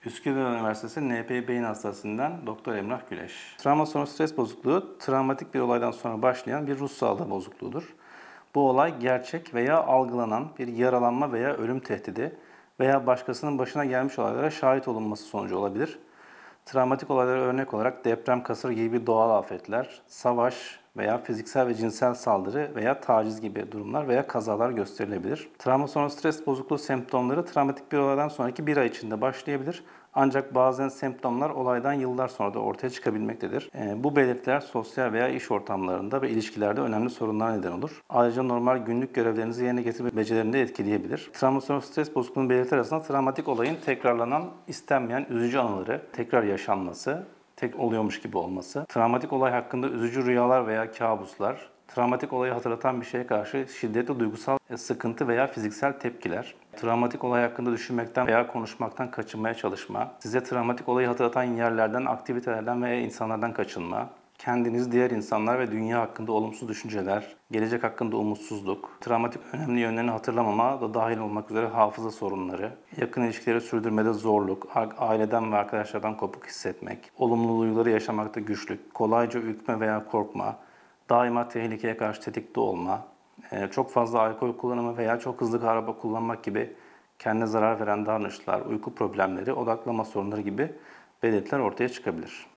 Üsküdar Üniversitesi NP Beyin Hastanesi'nden Doktor Emrah Güleş. Travma sonrası stres bozukluğu, travmatik bir olaydan sonra başlayan bir ruh sağlığı bozukluğudur. Bu olay gerçek veya algılanan bir yaralanma veya ölüm tehdidi veya başkasının başına gelmiş olaylara şahit olunması sonucu olabilir. Travmatik olaylara örnek olarak deprem, kasır gibi doğal afetler, savaş veya fiziksel ve cinsel saldırı veya taciz gibi durumlar veya kazalar gösterilebilir. Travma sonrası stres bozukluğu semptomları travmatik bir olaydan sonraki bir ay içinde başlayabilir. Ancak bazen semptomlar olaydan yıllar sonra da ortaya çıkabilmektedir. Bu belirtiler sosyal veya iş ortamlarında ve ilişkilerde önemli sorunlar neden olur. Ayrıca normal günlük görevlerinizi yerine getirme becerilerini de etkileyebilir. Travma sonrası stres bozukluğunun belirtileri arasında travmatik olayın tekrarlanan, istenmeyen üzücü anıları, tekrar yaşanması, tek oluyormuş gibi olması, travmatik olay hakkında üzücü rüyalar veya kabuslar, travmatik olayı hatırlatan bir şeye karşı şiddetli duygusal sıkıntı veya fiziksel tepkiler, travmatik olay hakkında düşünmekten veya konuşmaktan kaçınmaya çalışma, size travmatik olayı hatırlatan yerlerden, aktivitelerden veya insanlardan kaçınma, kendiniz, diğer insanlar ve dünya hakkında olumsuz düşünceler, gelecek hakkında umutsuzluk, travmatik önemli yönlerini hatırlamama da dahil olmak üzere hafıza sorunları, yakın ilişkileri sürdürmede zorluk, aileden ve arkadaşlardan kopuk hissetmek, olumlu duyguları yaşamakta güçlük, kolayca ürkme veya korkma, daima tehlikeye karşı tetikte olma, çok fazla alkol kullanımı veya çok hızlı araba kullanmak gibi kendine zarar veren davranışlar, uyku problemleri, odaklama sorunları gibi belirtiler ortaya çıkabilir.